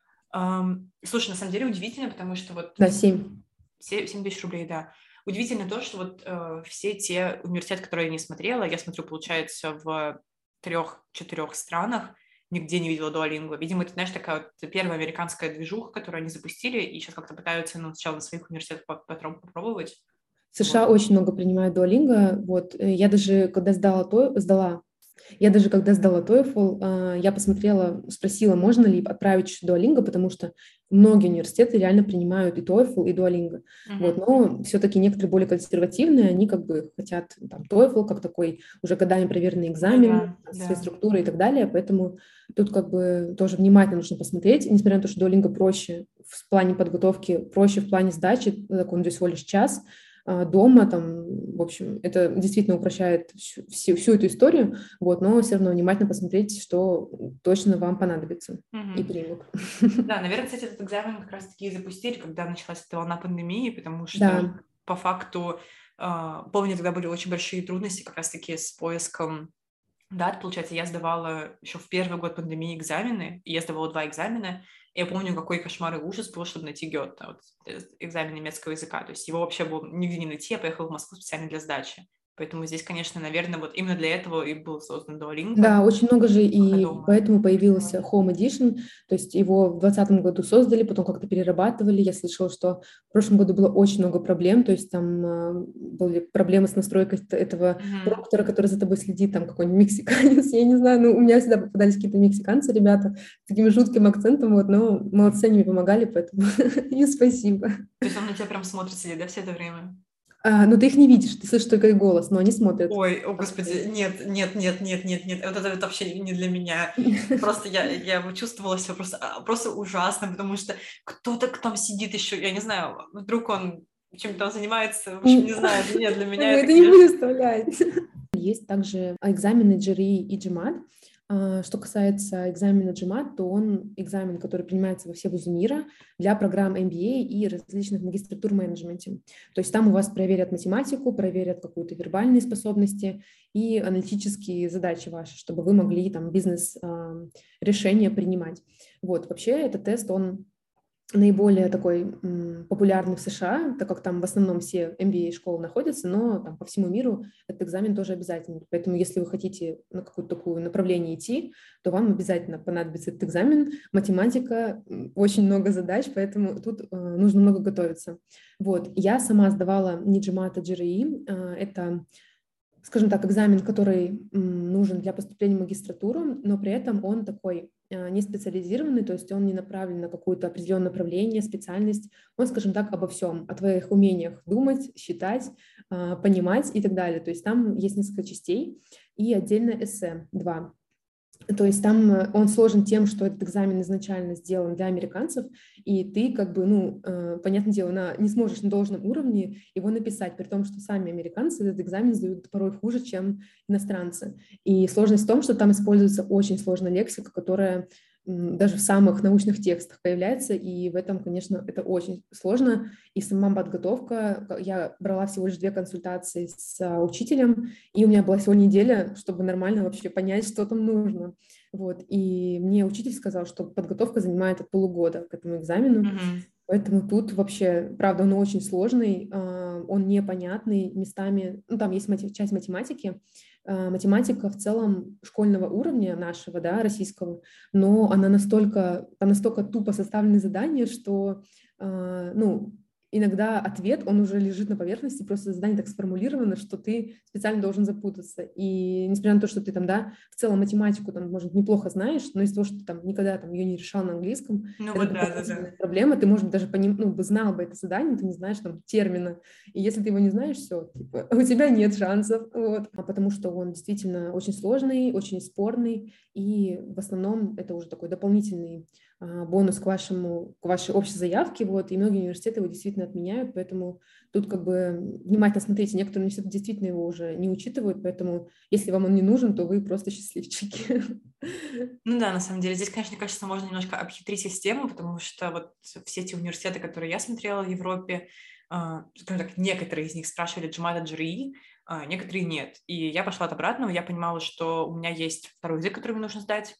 Ам, слушай, на самом деле удивительно, потому что вот Да, семь. се- семь тысяч рублей, да. Удивительно то, что вот э, все те университеты, которые я не смотрела, я смотрю, получается, в трех-четырех странах, нигде не видела Duolingo. Видимо, это, знаешь, такая вот первая американская движуха, которую они запустили, и сейчас как-то пытаются, ну, сначала на своих университетах поп- потром- попробовать. США Вот. очень много принимают Duolingo. Вот э, я даже когда сдала то, сдала, я даже когда сдала TOEFL, э, я посмотрела, спросила, можно ли отправить еще Duolingo, потому что многие университеты реально принимают и TOEFL, и Duolingo. Мгм. Вот, но все-таки некоторые более консервативные, они как бы хотят там TOEFL как такой уже годами проверенный Ну экзамен, да, с да. своей структурой и так далее, поэтому тут как бы тоже внимательно нужно посмотреть, несмотря на то, что Duolingo проще в плане подготовки, проще в плане сдачи, так он всего лишь час, а, дома, там, в общем, это действительно упрощает всю, всю, всю эту историю, вот, но все равно внимательно посмотреть, что точно вам понадобится и Мгм. примут. Да, наверное, кстати, этот экзамен как раз-таки и запустили, когда началась эта волна пандемии, потому что Да, по факту, а, помню, тогда были очень большие трудности как раз-таки с поиском дат. Получается, я сдавала еще в первый год пандемии экзамены, и я сдавала два экзамена. И я помню, какой кошмар и ужас был, чтобы найти Гёте, вот, э, экзамен немецкого языка. То есть его вообще было нигде не найти, я поехала в Москву специально для сдачи. Поэтому здесь, конечно, наверное, вот именно для этого и был создан Duolingo. да, очень много же, Пока и дома. поэтому появился Home Edition, то есть его в двадцатом году создали, потом как-то перерабатывали. Я слышала, что в прошлом году было очень много проблем, то есть там а, были проблемы с настройкой т- этого Мгм. проктора, который за тобой следит, там какой-нибудь мексиканец, я не знаю, ну у меня всегда попадались какие-то мексиканцы, ребята, с таким жутким акцентом, вот, но молодцы, они мне помогали, поэтому им спасибо. То есть он на тебя прям смотрит, сидит, да, все это время? А, но ты их не видишь, ты слышишь только их голос, но они смотрят. Ой, о господи, нет, нет, нет, нет, нет, нет, вот это, это вообще не для меня. Просто я, я чувствовала себя просто, а, просто ужасно, потому что кто-то там сидит еще, я не знаю, вдруг он чем-то там занимается, в общем, не знаю, нет, для меня Мы это, это не конечно... будем вставлять. Есть также экзамены джи ар и и джи-мат. А, Что касается экзамена джи-мат, то он экзамен, который принимается во все вузы мира для программ эм би эй и различных магистратур в менеджменте. То есть там у вас проверят математику, проверят какие-то вербальные способности и аналитические задачи ваши, чтобы вы могли там бизнес-решения принимать. Вот, вообще этот тест, он наиболее такой м, популярный в США, так как там в основном все эм би эй-школы находятся, но там по всему миру этот экзамен тоже обязательный. Поэтому если вы хотите на какое-то такое направление идти, то вам обязательно понадобится этот экзамен. Математика, м, очень много задач, поэтому тут э, нужно много готовиться. Вот. Я сама сдавала не джи-мат, а джи ар и. Э, это, скажем так, экзамен, который м, нужен для поступления в магистратуру, но при этом он такой э, не специализированный, то есть он не направлен на какое-то определенное направление, специальность. Он, скажем так, обо всем, о твоих умениях думать, считать, э, понимать и так далее. То есть там есть несколько частей и отдельно эссе два. То есть там э, он сложен тем, что этот экзамен изначально сделан для американцев, и ты как бы, ну, э, понятное дело, на, не сможешь на должном уровне его написать, при том, что сами американцы этот экзамен сдают порой хуже, чем иностранцы. И сложность в том, что там используется очень сложная лексика, которая м, даже в самых научных текстах появляется, и в этом, конечно, это очень сложно. И сама подготовка, ка- я брала всего лишь две консультации с а, учителем, и у меня была всего неделя, чтобы нормально вообще понять, что там нужно. Вот. И мне учитель сказал, что подготовка занимает от полугода к этому экзамену. Мгм. Поэтому тут вообще, правда, он очень сложный, а, он непонятный местами. Ну, там есть мати- часть математики. А, Математика в целом школьного уровня нашего, да, российского, но она настолько, там настолько тупо составлены задания, что, а, ну, иногда ответ, он уже лежит на поверхности, просто задание так сформулировано, что ты специально должен запутаться. И несмотря на то, что ты там, да, в целом математику там, может, неплохо знаешь, но из-за того, что ты там никогда там ее не решал на английском, Ну это вот да, да, дополнительная да. проблема. Ты, может, даже поним... ну, бы знал бы это задание, ты не знаешь там термина. И если ты его не знаешь, все, типа, у тебя нет шансов. Вот. А потому что он действительно очень сложный, очень спорный, и в основном это уже такой дополнительный а, бонус к вашему, к вашей общей заявке, вот, и многие университеты его действительно отменяют, поэтому тут как бы внимательно смотрите, некоторые университеты действительно его уже не учитывают, поэтому если вам он не нужен, то вы просто счастливчики. Ну да, на самом деле, здесь, конечно, мне кажется, можно немножко обхитрить систему, потому что вот все эти университеты, которые я смотрела в Европе, а, скажем так, некоторые из них спрашивали джи-мат, джи ар и, а некоторые нет. И я пошла от обратного, я понимала, что у меня есть второй язык, который мне нужно сдать,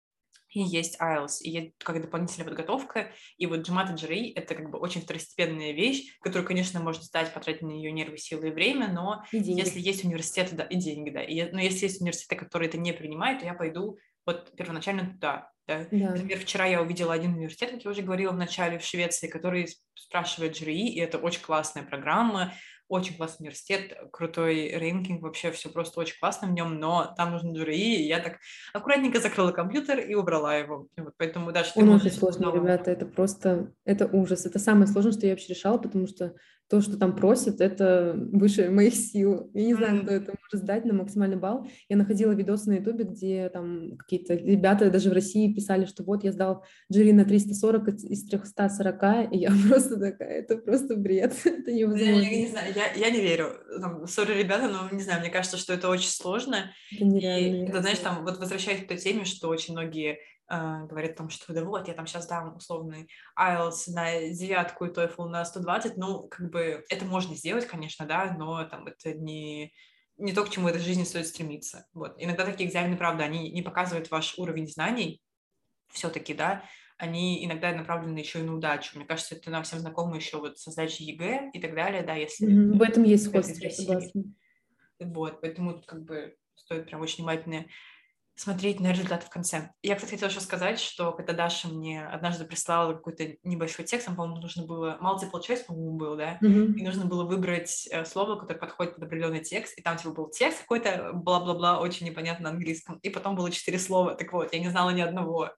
и есть айлс, и есть как дополнительная подготовка, и вот джи-мат и джи ар и — это как бы очень второстепенная вещь, которую, конечно, можно сдать, потратить на нее нервы, силы и время, но И деньги. если есть университеты, да, и деньги, да, и, но если есть университеты, которые это не принимают, то я пойду вот первоначально туда, да. Да. Например, вчера я увидела один университет, как я уже говорила в начале, в Швеции, который спрашивает джи ар и, и это очень классная программа, очень классный университет, крутой рейнкинг, вообще все просто очень классно в нем, но там нужно джи ар и, и я так аккуратненько закрыла компьютер и убрала его. Вот, поэтому даже ты Он можешь очень сложный, снова... ребята, это просто, это ужас. Это самое сложное, что я вообще решала, потому что то, что там просят, это выше моих сил. Я не знаю, М, кто это может сдать на максимальный балл. Я находила видосы на ютубе, где там какие-то ребята даже в России писали, что вот я сдал джи ар и на триста сорок из трехсот сорока, и я просто такая, это просто бред, это Я, я невозможно. не знаю, я, я не верю. Там, сори, ребята, но не знаю, мне кажется, что это очень сложно. Это И нереально. это, знаешь, там, вот возвращаясь к той теме, что очень многие э, говорят о том, что да вот, я там сейчас дам условный айлс на девятку и TOEFL на сто двадцать, ну, как бы, это можно сделать, конечно, да, но там это не, не то, к чему в этой жизни стоит стремиться. Вот. Иногда такие экзамены, правда, они не показывают ваш уровень знаний, все-таки, да, они иногда направлены еще и на удачу. Мне кажется, это нам всем знакомо еще вот со сдачей ЕГЭ и так далее, да, если Мгм. В этом есть это из сходство, я России. согласна. Вот, поэтому тут как бы стоит прям очень внимательно смотреть на результаты в конце. Я, кстати, хотела еще сказать, что когда Даша мне однажды прислала какой-то небольшой текст, там, по-моему, нужно было... Multiple choice, по-моему, был, да? Мгм. И нужно было выбрать э, слово, которое подходит под определенный текст, и там, типа, был текст какой-то, бла-бла-бла, очень непонятно на английском, и потом было четыре слова. Так вот, я не знала ни одного.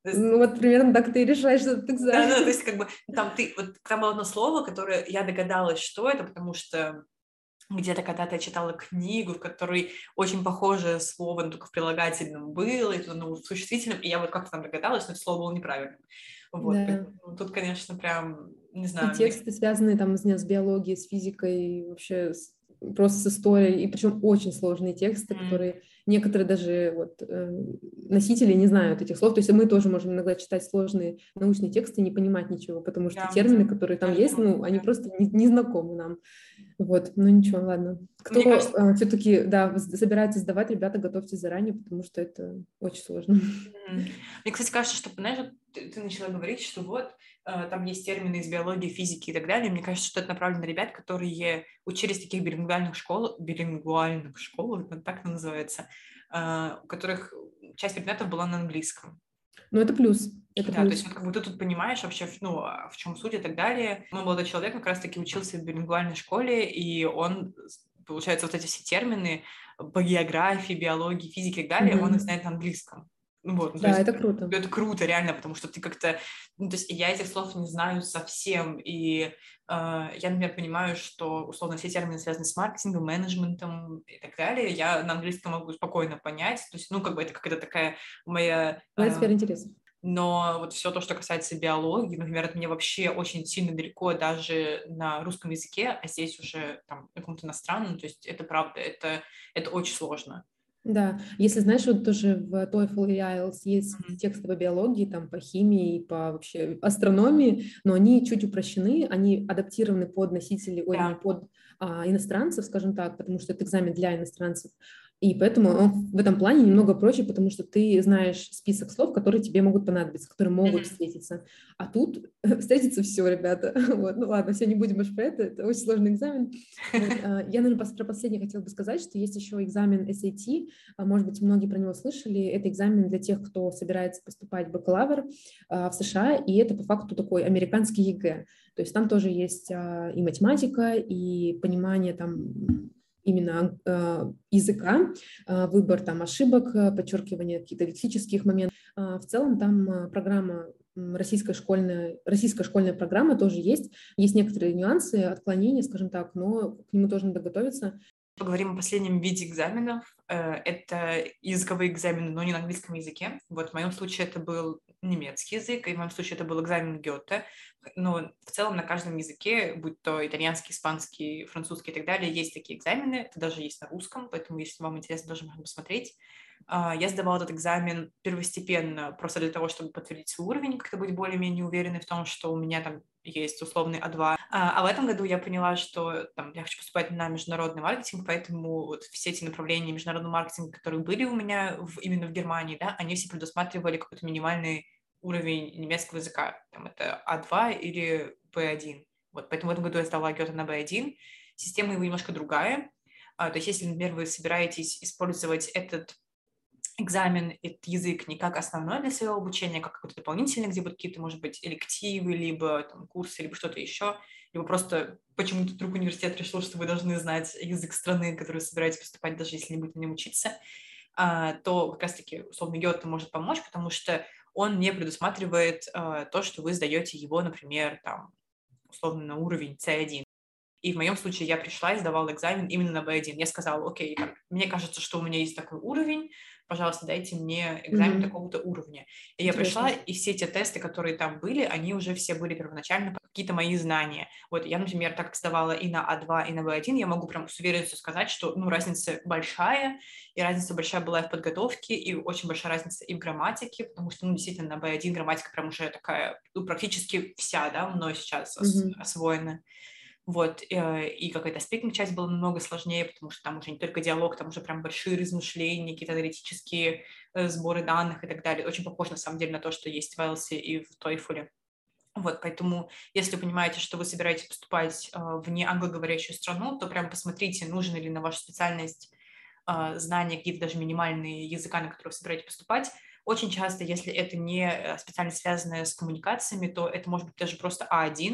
есть, Ну, вот примерно так ты и решаешь этот да, экзамен. да, то есть как бы там ты, вот там было одно слово, которое я догадалась, что это, потому что где-то когда-то я читала книгу, в которой очень похожее слово, но только в прилагательном было, и тут оно в существительном, и я вот как-то там догадалась, но это слово было неправильным. Вот, Да. поэтому тут, конечно, прям, не И знаю, мне... тексты, связанные там, не знаю, с биологией, с физикой, вообще с- просто с историей, и причем очень сложные тексты, М, которые некоторые даже вот, э, носители не знают этих слов. То есть мы тоже можем иногда читать сложные научные тексты и не понимать ничего, потому что да, термины, которые там даже есть, ну, они да. просто не, не знакомы нам. Вот, ну ничего, ладно. Мне кажется, Кто все-таки, да, с- собирается сдавать, ребята, готовьтесь заранее, потому что это очень сложно. Мгм. Мне, кстати, кажется, что, знаешь, вот ты, ты начала говорить, что вот э, там есть термины из биологии, физики и так далее. Мне кажется, что это направлено на ребят, которые учились в таких билингвальных школах, билингвальных школах, вот так это называется, э, у которых часть предметов была на английском. Но это плюс, это Да, то плюс. есть вот как бы ты тут понимаешь вообще, ну, а в чем суть и так далее. Мой молодой человек как раз-таки учился в билингвальной школе, и он, получается, вот эти все термины по географии, биологии, физике и так далее, он их Мгм. знает на английском. Ну вот, ну, то Да, есть это круто. это круто, реально, потому что ты как-то... Ну, то есть я этих слов не знаю совсем, и э, я, например, понимаю, что, условно, все термины, связанные с маркетингом, менеджментом и так далее, я на английском могу спокойно понять, то есть, ну, как бы это какая-то такая моя... Моя э, сфера интересов. но вот все то, что касается биологии, например, это мне вообще очень сильно далеко даже на русском языке, а здесь уже там на каком-то иностранном, то есть это правда, это, это очень сложно. Да, если знаешь, вот тоже в TOEFL и IELTS есть Мгм. тексты по биологии, там, по химии, по вообще астрономии, но они чуть упрощены, они адаптированы под носителей, ой, не Да. под а, иностранцев, скажем так, потому что это экзамен для иностранцев. И поэтому он в этом плане немного проще, потому что ты знаешь список слов, которые тебе могут понадобиться, которые могут Мгм. встретиться. А тут встретится все, ребята. Вот, ну ладно, все, не будем больше про это, это очень сложный экзамен. Вот, а, я, наверное, пос- про последнее хотела бы сказать, что есть еще экзамен эс эй ти, а, может быть, многие про него слышали. Это экзамен для тех, кто собирается поступать в бакалавр а, в США, и это по факту такой американский ЕГЭ. То есть там тоже есть а, и математика, и понимание там именно а, языка, а, выбор там ошибок, а, подчеркивание каких-то лексических моментов. А, в целом там а, программа м, российская школьная, российская школьная программа тоже есть. Есть некоторые нюансы, отклонения, скажем так, но к нему тоже надо готовиться. Поговорим о последнем виде экзаменов. Э, Это языковые экзамены, но не на английском языке. Вот в моем случае это был немецкий язык, и в моем случае это был экзамен Гёте. Но в целом на каждом языке, будь то итальянский, испанский, французский и так далее, есть такие экзамены. Это даже есть на русском, поэтому если вам интересно, даже можно посмотреть. А, Я сдавала этот экзамен первостепенно просто для того, чтобы подтвердить свой уровень, как-то быть более-менее уверенной в том, что у меня там есть условный а два. А, а в этом году я поняла, что там, я хочу поступать на международный маркетинг, поэтому вот все эти направления международного маркетинга, которые были у меня в, именно в Германии, да, они все предусматривали какой-то минимальный уровень немецкого языка. Там это а два или бэ один. Вот, поэтому в этом году я сдала Гёте на бэ один. Система его немножко другая. А, то есть если, например, вы собираетесь использовать этот экзамен, этот язык не как основной для своего обучения, а как какой-то дополнительный, где будут какие-то, может быть, элективы, либо там, курсы, либо что-то еще, либо просто почему-то вдруг университет решил, что вы должны знать язык страны, в которую вы собираетесь поступать, даже если не будете на нем учиться, а, то как раз-таки условно Гёте может помочь, потому что он не предусматривает а, то, что вы сдаете его, например, там, условно на уровень си один. И в моем случае я пришла и сдавала экзамен именно на бэ один. Я сказала, окей, там, мне кажется, что у меня есть такой уровень, пожалуйста, дайте мне экзамен Мгм. такого-то уровня. И я пришла, Интересно. и все те тесты, которые там были, они уже все были первоначально какие-то мои знания. Вот я, например, так как сдавала и на а два, и на бэ один, я могу прям с уверенностью сказать, что, ну, разница большая, и разница большая была и в подготовке, и очень большая разница и в грамматике, потому что, ну, действительно, на бэ один грамматика прям уже такая, ну, практически вся, да, мной сейчас ос- Мгм. освоена. Вот, э, и какая-то спикинг-часть была намного сложнее, потому что там уже не только диалог, там уже прям большие размышления, какие-то аналитические э, сборы данных и так далее. Очень похоже, на самом деле, на то, что есть в айлтс и в TOEFL. Вот, поэтому, если вы понимаете, что вы собираетесь поступать э, в не англоговорящую страну, то прям посмотрите, нужны ли на вашу специальность э, знания, какие-то даже минимальные языка, на которые вы собираетесь поступать. Очень часто, если это не э, специальность, связанная с коммуникациями, то это может быть даже просто а один,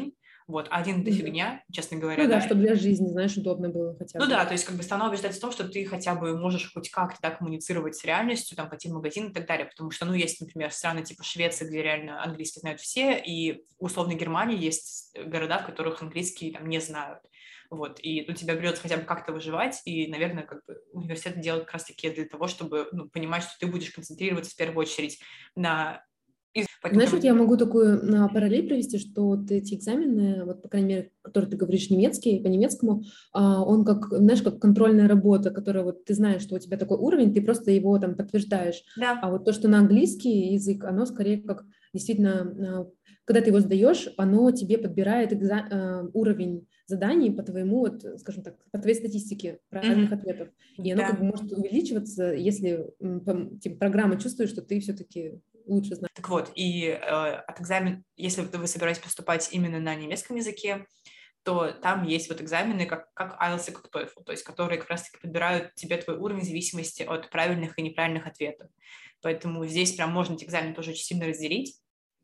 Вот, а один — это Мгм. фигня, честно говоря, Ну да, да. чтобы для жизни, знаешь, удобно было хотя Ну бы. да, то есть как бы страна убеждать в том, что ты хотя бы можешь хоть как-то так коммуницировать с реальностью, там, пойти в магазин и так далее, потому что, ну, есть, например, страны типа Швеции, где реально английский знают все, и в условной Германии есть города, в которых английский там не знают, вот, и у тебя придется хотя бы как-то выживать, и, наверное, как бы университет делает как раз-таки для того, чтобы, ну, понимать, что ты будешь концентрироваться в первую очередь на... Поэтому Знаешь, там... вот я могу такую а, параллель провести, что вот эти экзамены, вот, по крайней мере, которые ты говоришь немецкий, по-немецкому, а, он как, знаешь, как контрольная работа, которая вот ты знаешь, что у тебя такой уровень, ты просто его там подтверждаешь. Да. А вот то, что на английский язык, оно скорее как действительно, а, когда ты его сдаешь, оно тебе подбирает экза- а, уровень заданий по твоему, вот, скажем так, по твоей статистике правильных Мгм. ответов. И оно Да. как бы может увеличиваться, если м, пом- типа, программа чувствует, что ты все-таки лучше знаешь. Так вот, и э, от экзамена, если вы собираетесь поступать именно на немецком языке, то там есть вот экзамены, как, как айлтс и как TOEFL, то есть которые как раз-таки подбирают тебе твой уровень в зависимости от правильных и неправильных ответов. Поэтому здесь прям можно эти экзамены тоже очень сильно разделить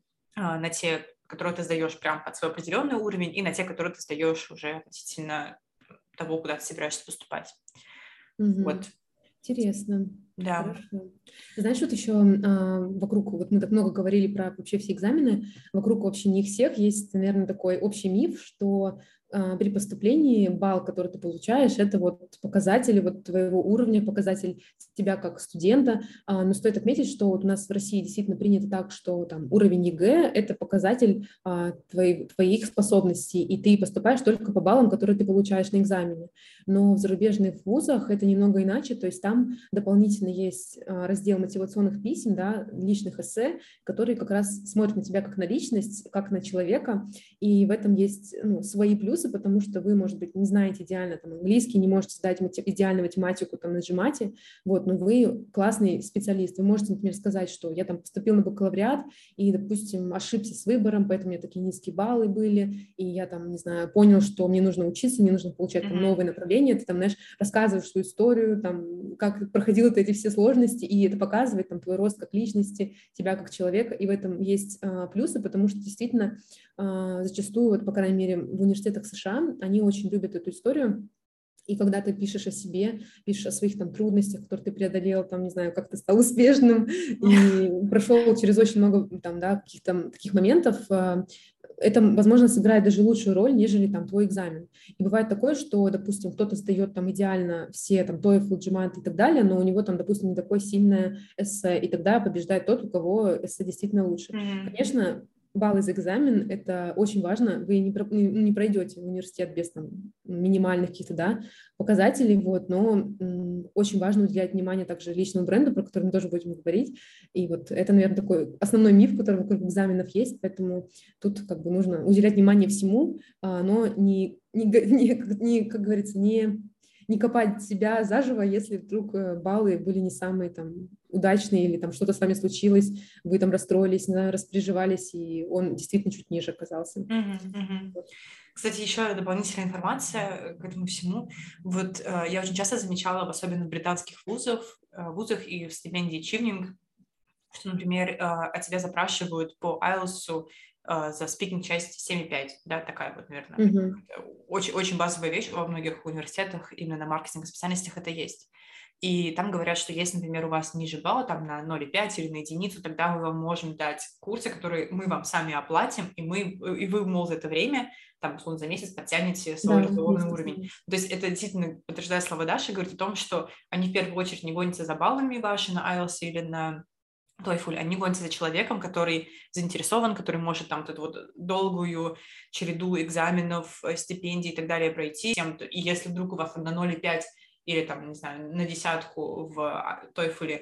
а, на те, которые ты сдаешь прям под свой определенный уровень, и на те, которые ты сдаешь уже относительно того, куда ты собираешься поступать. Мгм. Вот. Интересно. Да. Хорошо. Знаешь, вот еще а, вокруг, вот мы так много говорили про вообще все экзамены, вокруг вообще не всех есть, наверное, такой общий миф, что а, при поступлении балл, который ты получаешь, это вот показатель вот твоего уровня, показатель тебя как студента. А, но стоит отметить, что вот у нас в России действительно принято так, что там уровень ЕГЭ – это показатель а, твоей, твоих способностей, и ты поступаешь только по баллам, которые ты получаешь на экзамене. Но в зарубежных вузах это немного иначе, то есть там дополнительно есть а, раздел мотивационных писем, да, личных эссе, которые как раз смотрят на тебя как на личность, как на человека, и в этом есть, ну, свои плюсы, потому что вы, может быть, не знаете идеально там, английский, не можете сдать мати- идеально математику там, на джимате, вот, но вы классный специалист. Вы можете, например, сказать, что я там поступил на бакалавриат и, допустим, ошибся с выбором, поэтому у меня такие низкие баллы были, и я там, не знаю, понял, что мне нужно учиться, мне нужно получать там, Мгм. новые направления, ты там, знаешь, рассказываешь свою историю, там, как проходил ты эти все сложности, и это показывает там твой рост как личности, тебя как человека, и в этом есть а, плюсы, потому что действительно а, зачастую, вот, по крайней мере, в университетах США, они очень любят эту историю. И когда ты пишешь о себе, пишешь о своих там трудностях, которые ты преодолел, там, не знаю, как ты стал успешным и прошел через очень много там, да, каких-то таких моментов, а, это, возможно, сыграет даже лучшую роль, нежели там твой экзамен. И бывает такое, что, допустим, кто-то сдает там идеально все там TOEFL, джимат и так далее, но у него там, допустим, не такое сильное эссе, и тогда побеждает тот, у кого эссе действительно лучше. Мгм. Конечно, баллы за экзамен – это очень важно. Вы не, про- не не пройдете в университет без там, минимальных каких-то, да, показателей, вот, но м, очень важно уделять внимание также личному бренду, про который мы тоже будем говорить. И вот это, наверное, такой основной миф, который вокруг экзаменов есть, поэтому тут как бы нужно уделять внимание всему, а, но не, не, г- не, как- не, как говорится, не, не копать себя заживо, если вдруг э, баллы были не самые там удачные или там что-то с вами случилось, вы там расстроились, не знаю, распереживались, и он действительно чуть ниже оказался. Мгм, мгм. Кстати, еще дополнительная информация к этому всему. Вот э, я очень часто замечала, особенно в британских вузах, э, вузах и в стипендии Achieving, что, например, э, от тебя запрашивают по айлтс э, за speaking часть семь и пять, да, такая вот, наверное, Мгм. очень, очень базовая вещь во многих университетах, именно на маркетинговых специальностях это есть. И там говорят, что если, например, у вас ниже балла, там на ноль и пять или на единицу, тогда мы вам можем дать курсы, которые мы вам сами оплатим, и, мы, и вы, мол, за это время, там, условно, за месяц подтянете свой Да, разговорный есть уровень. такое. То есть это действительно, подтверждая слова Даши, говорит о том, что они в первую очередь не гонятся за баллами ваши на айлтс или на TOEFL, они гонятся за человеком, который заинтересован, который может там эту вот долгую череду экзаменов, э, стипендий и так далее пройти. И если вдруг у вас там на ноль и пять или там, не знаю, на десятку в а, TOEFL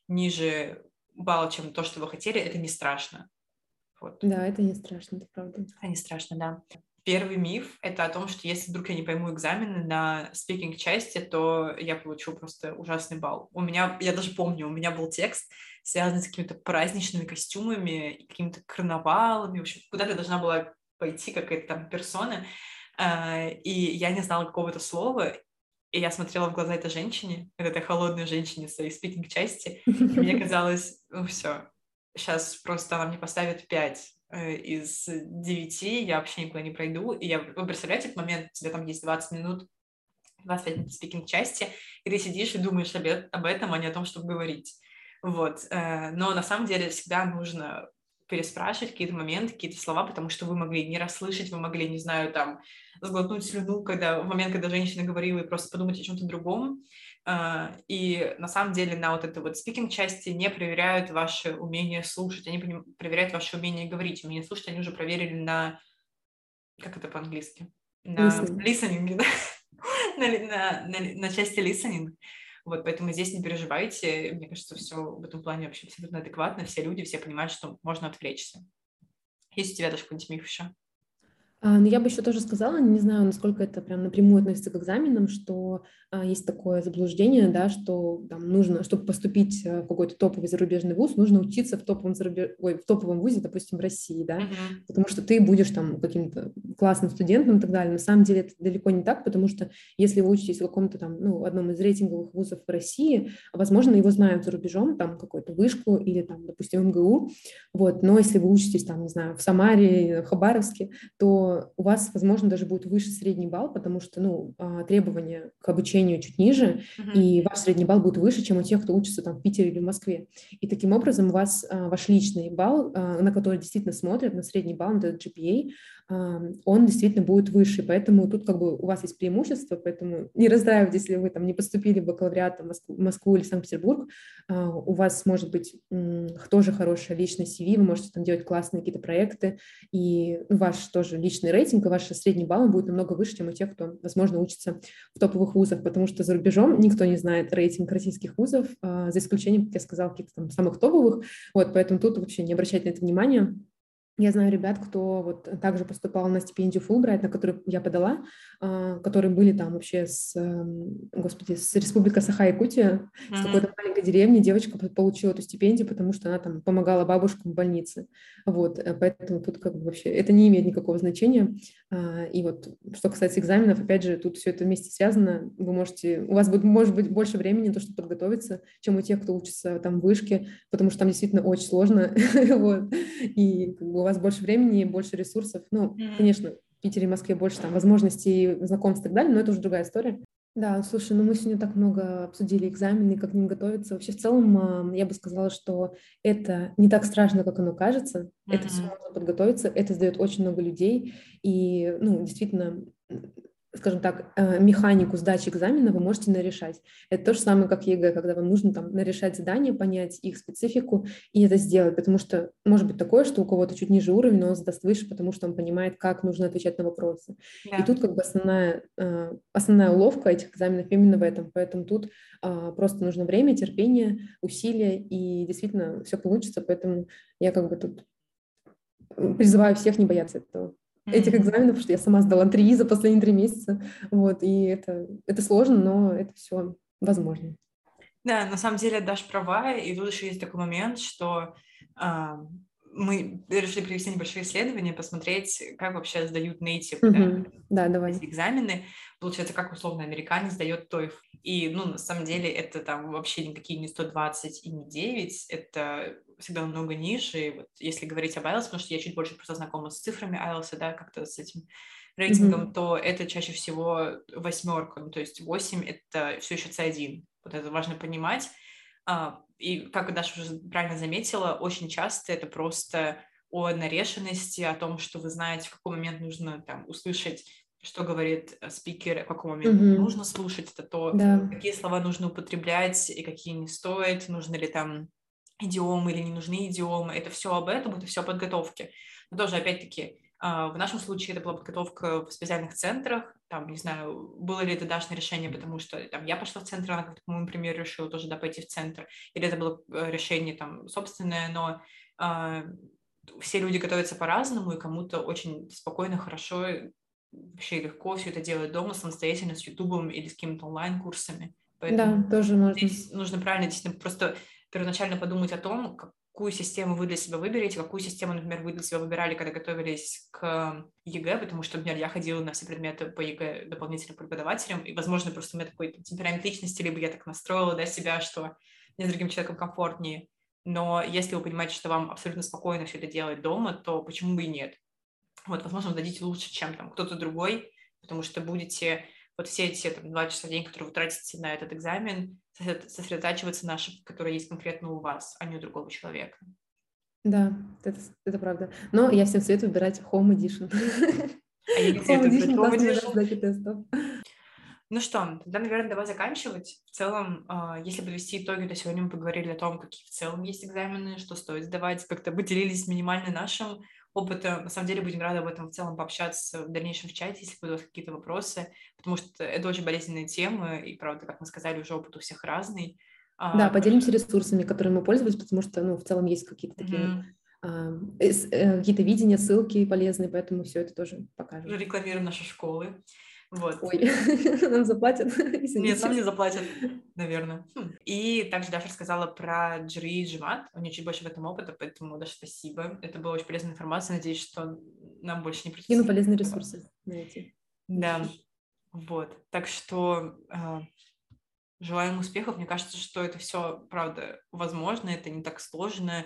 ниже балла, чем то, что вы хотели, это не страшно. Вот. Да, это не страшно, это правда. Это не страшно, да. Первый миф – это о том, что если вдруг я не пойму экзамены на спикинг-части, то я получу просто ужасный балл. У меня, я даже помню, у меня был текст, связанный с какими-то праздничными костюмами, какими-то карнавалами. В общем, куда-то должна была пойти какая-то там персона, а, и я не знала какого-то слова, и я смотрела в глаза этой женщине, этой холодной женщине в своей спикинг-части, и мне казалось, ну все, сейчас просто она мне поставит пять. э, из девяти я вообще никуда не пройду. И я, вы представляете этот момент, у тебя там есть двадцать минут, двадцать пять минут спикинг-части, и ты сидишь и думаешь об, э- об этом, а не о том, чтобы говорить. Вот. э, Но на самом деле всегда нужно переспрашивать какие-то моменты, какие-то слова, потому что вы могли не расслышать, вы могли, не знаю, там, сглотнуть слюну, когда, в момент, когда женщина говорила, и просто подумать о чем-то другом. А, И на самом деле на вот этой вот спикинг-части не проверяют ваше умение слушать, они поним- проверяют ваше умение говорить. Умение слушать они уже проверили на, как это по-английски? На Listening. листенинге, да? на, ли- на, на, ли- на части listening. Вот, поэтому здесь не переживайте. Мне кажется, все в этом плане вообще абсолютно адекватно. Все люди, все понимают, что можно отвлечься. Есть у тебя даже какой-нибудь миф еще? А, ну, я бы еще тоже сказала, не знаю, насколько это прям напрямую относится к экзаменам, что а, есть такое заблуждение, да, что там нужно, чтобы поступить э, в какой-то топовый зарубежный вуз, нужно учиться в топовом, зарубеж... Ой, в топовом вузе, допустим, в России, да, Мгм. потому что ты будешь там каким-то классным студентом и так далее. На самом деле это далеко не так, потому что если вы учитесь в каком-то там, ну, одном из рейтинговых вузов в России, возможно, его знают за рубежом, там какую-то вышку или там, допустим, эм гэ у, вот, но если вы учитесь там, не знаю, в Самаре, в Хабаровске, то у вас, возможно, даже будет выше средний балл, потому что, ну, а, требования к обучению чуть ниже, Мгм. и ваш средний балл будет выше, чем у тех, кто учится там в Питере или в Москве. И таким образом у вас а, ваш личный балл, а, на который действительно смотрят, на средний балл, на этот джи пи эй, а, он действительно будет выше. Поэтому тут как бы у вас есть преимущество, поэтому не расстраивайтесь, если вы там не поступили в бакалавриат в Москву, Москву или Санкт-Петербург. А, у вас может быть м, тоже хорошая личная си ви, вы можете там делать классные какие-то проекты, и ну, ваш тоже личный рейтинг и ваш средний балл будет намного выше, чем у тех, кто, возможно, учится в топовых вузах, потому что за рубежом никто не знает рейтинг российских вузов, а, за исключением, как я сказала, каких-то там самых топовых. Вот, поэтому тут вообще не обращайте на это внимания. Я знаю ребят, кто вот также поступал на стипендию Фулбрайт, на которую я подала, а, которые были там вообще с, эм, господи, с республика Саха-Якутия, с Мгм. какой-то маленькой деревни. Девочка по- получила эту стипендию, потому что она там помогала бабушкам в больнице. Вот, э, поэтому тут как бы вообще это не имеет никакого значения. А, И вот что касается экзаменов, опять же, тут все это вместе связано. Вы можете, у вас будет, может быть, больше времени на то, чтобы подготовиться, чем у тех, кто учится там в вышке, потому что там действительно очень сложно. Вот. И как бы у вас больше времени, больше ресурсов. Ну, Мгм. конечно, в Питере и Москве больше там возможностей, знакомств и так далее, но это уже другая история. Да, слушай, ну мы сегодня так много обсудили экзамены, как к ним готовиться. Вообще в целом а, я бы сказала, что это не так страшно, как оно кажется. Это все Мгм. можно подготовиться, это сдает очень много людей. И, ну, действительно, м, скажем так, э, механику сдачи экзамена вы можете нарешать. Это то же самое, как ЕГЭ, когда вам нужно там нарешать задания, понять их специфику и это сделать, потому что может быть такое, что у кого-то чуть ниже уровень, но он сдаст выше, потому что он понимает, как нужно отвечать на вопросы. И Да. тут как бы основная, э, основная уловка этих экзаменов именно в этом. Поэтому тут а, просто нужно время, терпение, усилия, и действительно все получится. Поэтому я как бы тут призываю всех не бояться этого, этих Мгм. экзаменов, потому что я сама сдала три за последние три месяца. Вот, и это, это сложно, но это все возможно. Да, на самом деле Даш права, и тут еще есть такой момент, что а, мы решили провести небольшое исследование, посмотреть, как вообще сдают native, да, Мгм. Да, давай. эти экзамены. Получается, как условно американец сдает TOEFL. И, ну, на самом деле, это там вообще никакие не сто двадцать и не девять, это всегда намного ниже. И вот если говорить об айлс, потому что я чуть больше просто знакома с цифрами айлс, да, как-то с этим рейтингом, Мгм. то это чаще всего восьмерка, ну, то есть восемь — это все еще си один. Вот это важно понимать. А, И, как Даша уже правильно заметила, очень часто это просто о нарешенности, о том, что вы знаете, в какой момент нужно там услышать, что говорит э, спикер, в какой момент не Мгм. нужно слушать, это то, Да. какие слова нужно употреблять и какие не стоит, нужны ли там идиомы или не нужны идиомы. Это все об этом, это все о подготовке. Но тоже, опять-таки, а, в нашем случае это была подготовка в специальных центрах. Там, не знаю, было ли это Дашное решение, потому что там я пошла в центр, она как-то, по моему примеру, решила тоже, да, пойти в центр. Или это было э, решение там собственное, но а, все люди готовятся по-разному, и кому-то очень спокойно, хорошо, вообще легко все это делать дома самостоятельно с Ютубом или с какими-то онлайн-курсами. Да, Поэтому тоже можно. здесь нужно правильно действительно просто первоначально подумать о том, какую систему вы для себя выберете, какую систему, например, вы для себя выбирали, когда готовились к ЕГЭ, потому что, например, я ходила на все предметы по ЕГЭ дополнительным преподавателем, и, возможно, просто у меня такой темперамент личности, либо я так настроила, да, себя, что мне с другим человеком комфортнее. но если вы понимаете, что вам абсолютно спокойно все это делать дома, то почему бы и нет? Вот, возможно, вы дадите лучше, чем там кто-то другой, потому что будете вот все эти там, два часа в день, которые вы тратите на этот экзамен, сосредотачиваться на ошибках, которые есть конкретно у вас, а не у другого человека. Да, это, это правда. Но я всем советую выбирать Home Edition. А я не Home советую выбирать Edition Home классно Edition. сдачи тестов. Ну что, тогда, наверное, давай заканчивать. В целом, э, если подвести итоги, то сегодня мы поговорили о том, какие в целом есть экзамены, что стоит сдавать, как-то поделились минимально нашим опытом. На самом деле будем рады об этом в целом пообщаться в дальнейшем в чате, если будут у вас какие-то вопросы, потому что это очень болезненная тема, и, правда, как мы сказали, уже опыт у всех разный. Да, поделимся ресурсами, которыми мы пользовались, потому что, ну, в целом есть какие-то такие mm-hmm. вот, а, э, какие-то видения, ссылки полезные, поэтому все это тоже покажем. Рекламируем наши школы. Вот. Ой, нам заплатят? Нет, нам не заплатят, наверное. Хм. И также Даша рассказала про джи ар и и джи мат. У нее чуть больше в этом опыта, поэтому, Даша, спасибо. Это была очень полезная информация. Надеюсь, что нам больше не придется... И, ну, полезные ресурсы найти. Да, вот. Так что э, желаем успехов. Мне кажется, что это все, правда, возможно, это не так сложно.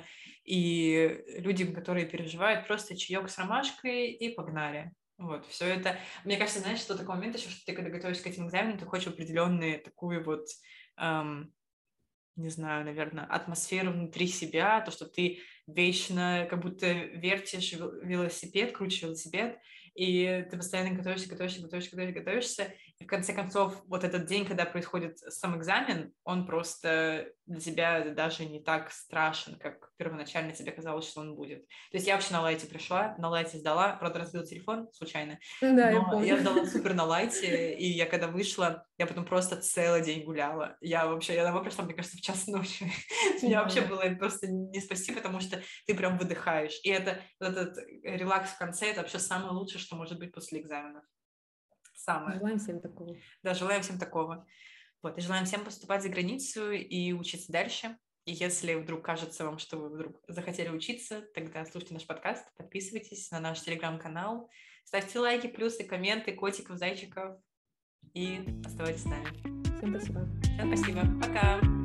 И людям, которые переживают, просто чаек с ромашкой и погнали. Вот, все это... Мне кажется, знаешь, что такой момент еще, что ты, когда готовишься к этим экзаменам, ты хочешь определенную такую вот, эм, не знаю, наверное, атмосферу внутри себя, то, что ты вечно как будто вертишь велосипед, крутишь велосипед, и ты постоянно готовишься, готовишься, готовишься, готовишься, готовишься, и в конце концов вот этот день, когда происходит сам экзамен, он просто для тебя даже не так страшен, как первоначально тебе казалось, что он будет. То есть я вообще на лайте пришла, на лайте сдала, правда, разбила телефон случайно, да, но я, помню. я сдала супер на лайте, и я когда вышла, я потом просто целый день гуляла. Я вообще, я домой пришла, мне кажется, в час ночи. Меня вообще было просто не спасти, потому что ты прям выдыхаешь. И это этот релакс в конце, это вообще самое лучшее, что может быть после экзаменов. Самое. Желаем всем такого. Да, желаем всем такого. Вот, и желаем всем поступать за границу и учиться дальше. И если вдруг кажется вам, что вы вдруг захотели учиться, тогда слушайте наш подкаст, подписывайтесь на наш телеграм-канал, ставьте лайки, плюсы, комменты, котиков, зайчиков и оставайтесь с нами. Всем спасибо. Всем спасибо. Пока.